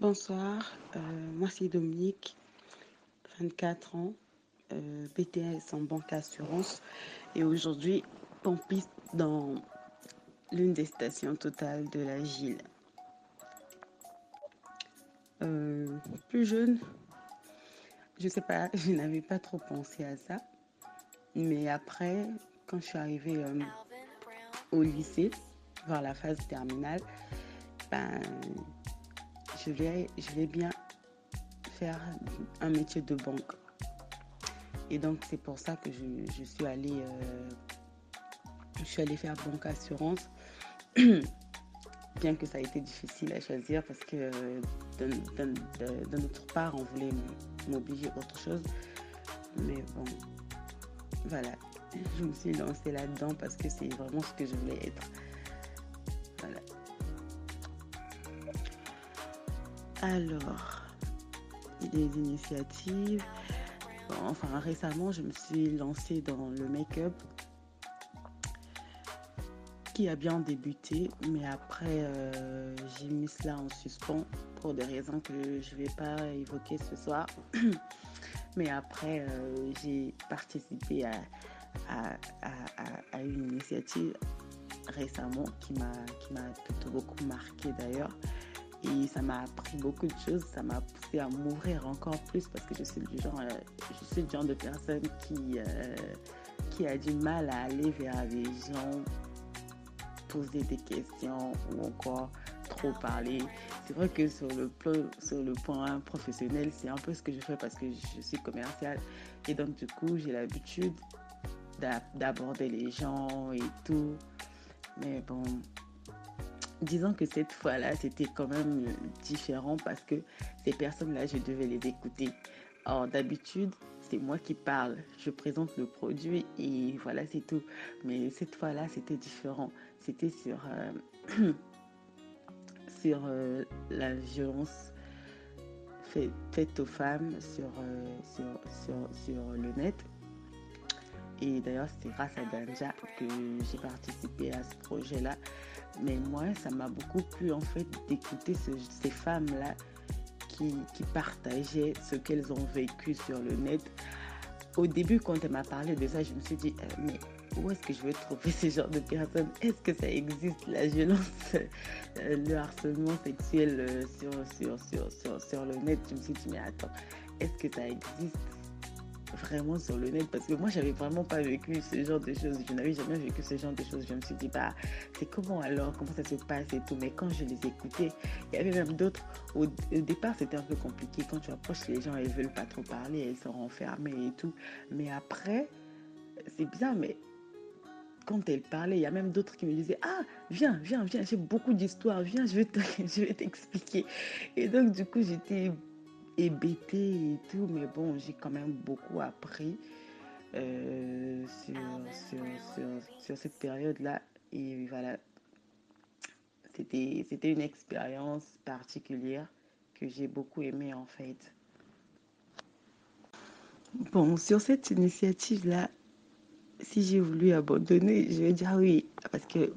Bonsoir, moi c'est Dominique, 24 ans, BTS en banque assurance et aujourd'hui on piste dans l'une des stations totales de la Gile. Euh, Plus jeune, je sais pas, je n'avais pas trop pensé à ça, mais après, quand je suis arrivée au lycée, vers la phase terminale, ben, je vais bien faire un métier de banque. Et donc c'est pour ça que je suis allée faire banque assurance, bien que ça a été difficile à choisir parce que de notre part, on voulait m'obliger à autre chose. Mais bon, voilà, je me suis lancée là-dedans parce que c'est vraiment ce que je voulais être. Voilà. Alors, des initiatives. Bon, enfin, récemment, je me suis lancée dans le make-up qui a bien débuté, mais après, j'ai mis cela en suspens pour des raisons que je ne vais pas évoquer ce soir. Mais après, j'ai participé à une initiative récemment qui m'a plutôt beaucoup marqué d'ailleurs. Et ça m'a appris beaucoup de choses, ça m'a poussé à m'ouvrir encore plus parce que je suis le genre de personne qui a du mal à aller vers les gens, poser des questions ou encore trop parler. C'est vrai que sur le point professionnel, c'est un peu ce que je fais parce que je suis commerciale et donc du coup j'ai l'habitude d'aborder les gens et tout. Mais bon, disons que cette fois-là, c'était quand même différent parce que ces personnes-là, je devais les écouter. Or, d'habitude, c'est moi qui parle, je présente le produit et voilà, c'est tout. Mais cette fois-là, c'était différent. C'était la violence faite aux femmes sur le net. Et d'ailleurs, c'est grâce à Danja que j'ai participé à ce projet-là. Mais moi, ça m'a beaucoup plu en fait d'écouter ces femmes-là qui partageaient ce qu'elles ont vécu sur le net. Au début, quand elle m'a parlé de ça, je me suis dit, mais où est-ce que je vais trouver ce genre de personnes? Est-ce que ça existe, la violence, le harcèlement sexuel sur le net? Je me suis dit, mais attends, est-ce que ça existe vraiment sur le net? Parce que moi, j'avais vraiment pas vécu ce genre de choses. Je n'avais jamais vécu ce genre de choses. Je me suis dit, bah, c'est comment alors? Comment ça se passe et tout? Mais quand je les écoutais, il y avait même d'autres. Au départ, c'était un peu compliqué. Quand tu approches les gens, elles veulent pas trop parler, elles sont renfermées et tout. Mais après, c'est bizarre, mais quand elle parlait, il y a même d'autres qui me disaient, ah, viens, viens, viens, j'ai beaucoup d'histoires, viens, je vais t'expliquer. Et donc, du coup, j'étais hébétée et tout, mais bon, j'ai quand même beaucoup appris euh, sur, sur cette période-là. Et voilà, c'était une expérience particulière que j'ai beaucoup aimée en fait. Bon, sur cette initiative-là, si j'ai voulu abandonner, je vais dire oui, parce que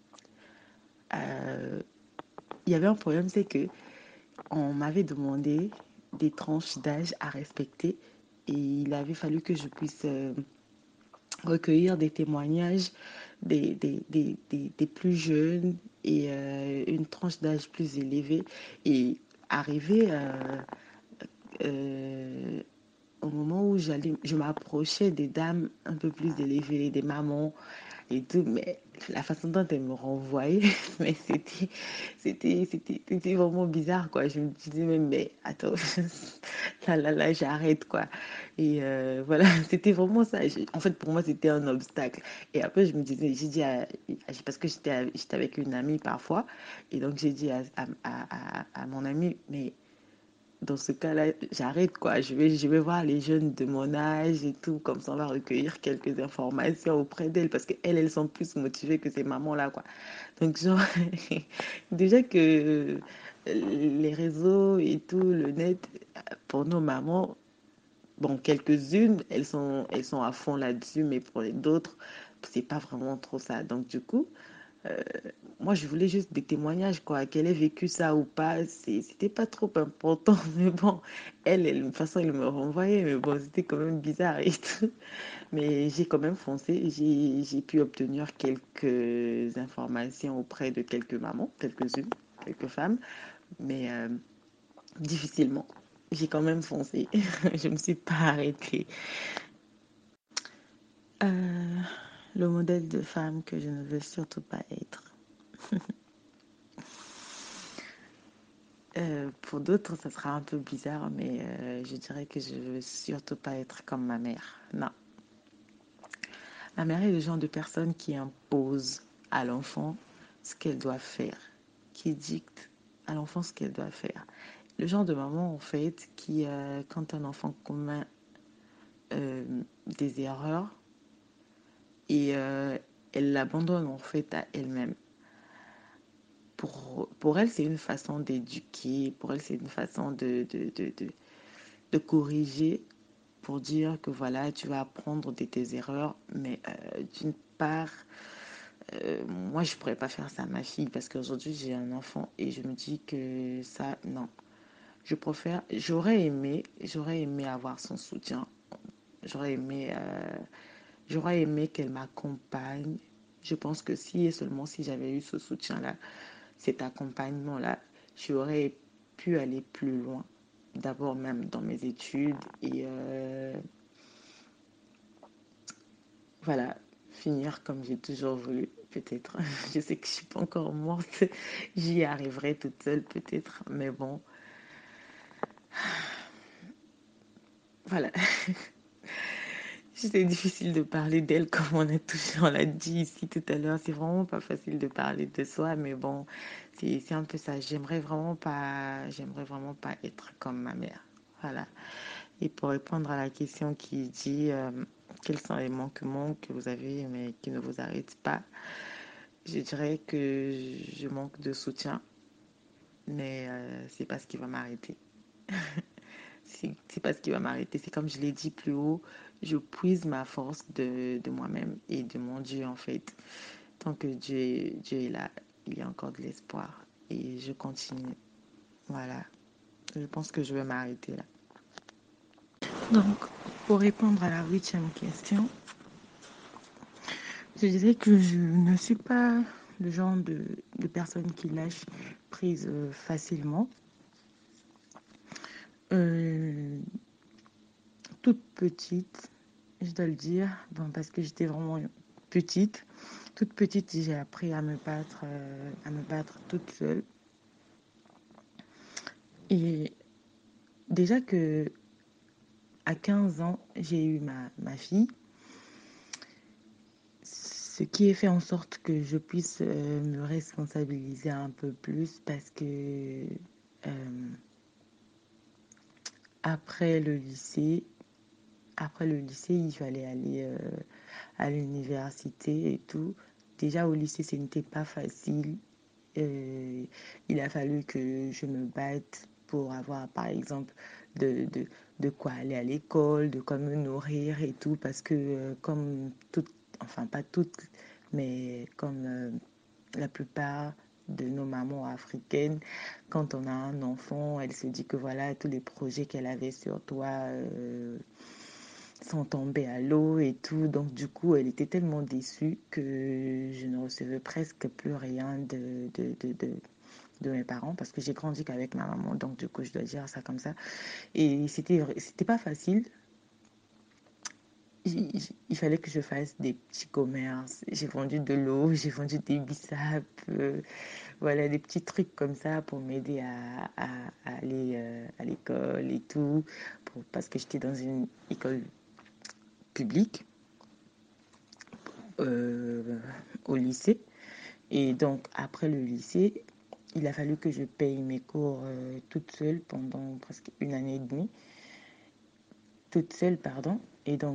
euh, il y avait un problème, c'est que on m'avait demandé des tranches d'âge à respecter et il avait fallu que je puisse recueillir des témoignages des plus jeunes et une tranche d'âge plus élevée et arriver euh, au moment où je m'approchais des dames un peu plus élevées, des mamans et tout, mais la façon dont elles me renvoyaient, mais c'était vraiment bizarre, quoi. Je me disais même, mais attends, là, j'arrête, quoi. Et voilà, c'était vraiment ça. En fait, pour moi, c'était un obstacle. Et après, je me disais, parce que j'étais avec une amie parfois, et donc j'ai dit à mon amie, mais dans ce cas-là, j'arrête quoi. Je vais voir les jeunes de mon âge et tout, comme ça on va recueillir quelques informations auprès d'elles parce qu'elles, elles sont plus motivées que ces mamans-là quoi. Donc genre, déjà que les réseaux et tout, le net, pour nos mamans, bon, quelques-unes, elles sont à fond là-dessus, mais pour les d'autres, c'est pas vraiment trop ça. Donc du coup, Moi, je voulais juste des témoignages, quoi, qu'elle ait vécu ça ou pas. C'était pas trop important, mais bon, de toute façon, elle me renvoyait, mais bon, c'était quand même bizarre et tout. Mais j'ai quand même foncé. J'ai pu obtenir quelques informations auprès de quelques mamans, quelques-unes, quelques femmes, mais difficilement. J'ai quand même foncé. Je me suis pas arrêtée. Euh, le modèle de femme que je ne veux surtout pas être. Pour d'autres, ça sera un peu bizarre, mais je dirais que je veux surtout pas être comme ma mère. Non. Ma mère est le genre de personne qui impose à l'enfant ce qu'elle doit faire, qui dicte à l'enfant ce qu'elle doit faire. Le genre de maman, en fait, qui, quand un enfant commet euh, des erreurs, et elle l'abandonne en fait à elle-même. Pour elle, c'est une façon d'éduquer, pour elle, c'est une façon de corriger pour dire que voilà, tu vas apprendre de tes erreurs, mais d'une part, moi je pourrais pas faire ça à ma fille parce qu'aujourd'hui j'ai un enfant et je me dis que ça, non. Je préfère, j'aurais aimé avoir son soutien, j'aurais aimé, j'aurais aimé qu'elle m'accompagne. Je pense que si et seulement si j'avais eu ce soutien-là, cet accompagnement-là, j'aurais pu aller plus loin. D'abord même dans mes études et voilà, finir comme j'ai toujours voulu, peut-être. Je sais que je suis pas encore morte, j'y arriverai toute seule peut-être, mais bon, voilà. C'est difficile de parler d'elle comme on l'a dit ici tout à l'heure. C'est vraiment pas facile de parler de soi, mais bon, c'est un peu ça. J'aimerais vraiment pas être comme ma mère. Voilà. Et pour répondre à la question qui dit quels sont les manquements que vous avez mais qui ne vous arrêtent pas, je dirais que je manque de soutien, mais c'est pas ce qui va m'arrêter. C'est pas ce qui va m'arrêter. C'est comme je l'ai dit plus haut, je puise ma force de moi-même et de mon Dieu en fait. Tant que Dieu est là, il y a encore de l'espoir. Et je continue. Voilà. Je pense que je vais m'arrêter là. Donc, pour répondre à la 8e question, je dirais que je ne suis pas le genre de personne qui lâche prise facilement. Euh, toute petite, je dois le dire, bon, parce que j'étais vraiment petite. Toute petite, j'ai appris à me battre toute seule. Et déjà que à 15 ans, j'ai eu ma fille, ce qui a fait en sorte que je puisse me responsabiliser un peu plus parce que euh, après le lycée, il fallait aller à l'université et tout. Déjà au lycée, ce n'était pas facile. Il a fallu que je me batte pour avoir, par exemple, de, de, de quoi aller à l'école, de quoi me nourrir et tout, parce que comme toutes, enfin pas toutes, mais comme la plupart de nos mamans africaines, quand on a un enfant, elle se dit que voilà, tous les projets qu'elle avait sur toi sont tombés à l'eau et tout. Donc du coup, elle était tellement déçue que je ne recevais presque plus rien de mes parents parce que j'ai grandi qu'avec ma maman. Donc du coup, je dois dire ça comme ça. Et c'était pas facile. Il fallait que je fasse des petits commerces. J'ai vendu de l'eau, j'ai vendu des bissapes, voilà, des petits trucs comme ça pour m'aider à aller à l'école et tout, parce que j'étais dans une école publique euh, au lycée. Et donc, après le lycée, il a fallu que je paye mes cours toute seule pendant presque une année et demie. Toute seule, pardon. Et donc,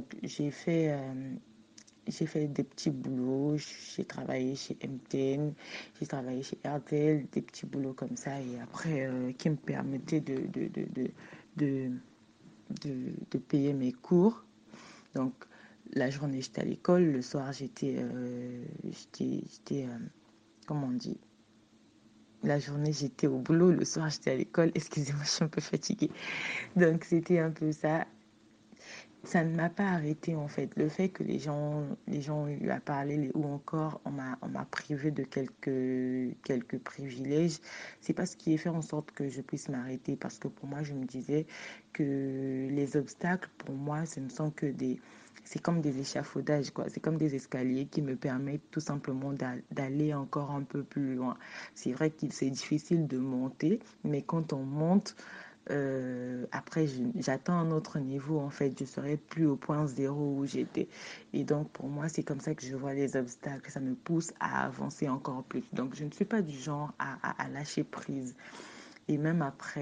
j'ai fait des petits boulots. J'ai travaillé chez MTN, j'ai travaillé chez RTL, des petits boulots comme ça. Et après, qui me permettaient de, de payer mes cours. Donc, la journée, j'étais à l'école. Le soir, j'étais comment on dit, la journée j'étais au boulot, le soir j'étais à l'école. Excusez-moi, je suis un peu fatiguée. Donc c'était un peu ça. Ça ne m'a pas arrêté en fait. Le fait que les gens ont eu à parler ou encore on m'a privé de quelques privilèges, c'est pas ce qui est fait en sorte que je puisse m'arrêter parce que pour moi je me disais que les obstacles pour moi ce ne sont que c'est comme des échafaudages quoi, c'est comme des escaliers qui me permettent tout simplement d'aller encore un peu plus loin. C'est vrai que c'est difficile de monter, mais quand on monte après, j'atteins un autre niveau, en fait, je serai plus au point zéro où j'étais. Et donc, pour moi, c'est comme ça que je vois les obstacles, ça me pousse à avancer encore plus. Donc, je ne suis pas du genre à lâcher prise. Et même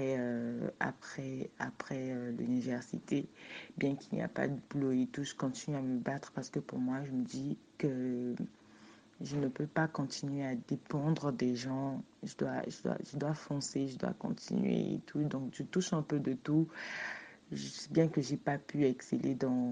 après l'université, bien qu'il n'y a pas de boulot et tout, je continue à me battre parce que pour moi, je me dis que je ne peux pas continuer à dépendre des gens. Je dois foncer, je dois continuer et tout. Donc, je touche un peu de tout. Bien que j'ai pas pu exceller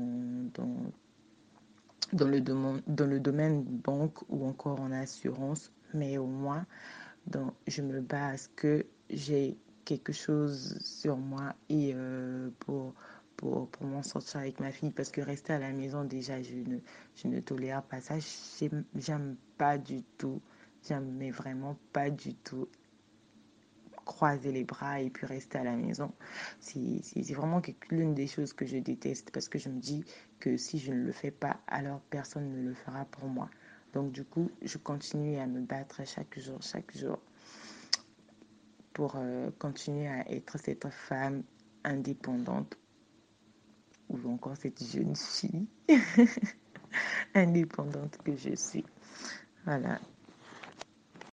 dans le domaine banque ou encore en assurance, mais au moins, je me bats à ce que j'ai quelque chose sur moi et pour m'en sortir avec ma fille parce que rester à la maison déjà je ne tolère pas ça. J'aime pas du tout, j'aime mais vraiment pas du tout croiser les bras et puis rester à la maison. C'est vraiment l'une des choses que je déteste parce que je me dis que si je ne le fais pas, alors personne ne le fera pour moi. Donc du coup, je continue à me battre chaque jour pour continuer à être cette femme indépendante ou encore cette jeune fille indépendante que je suis. Voilà.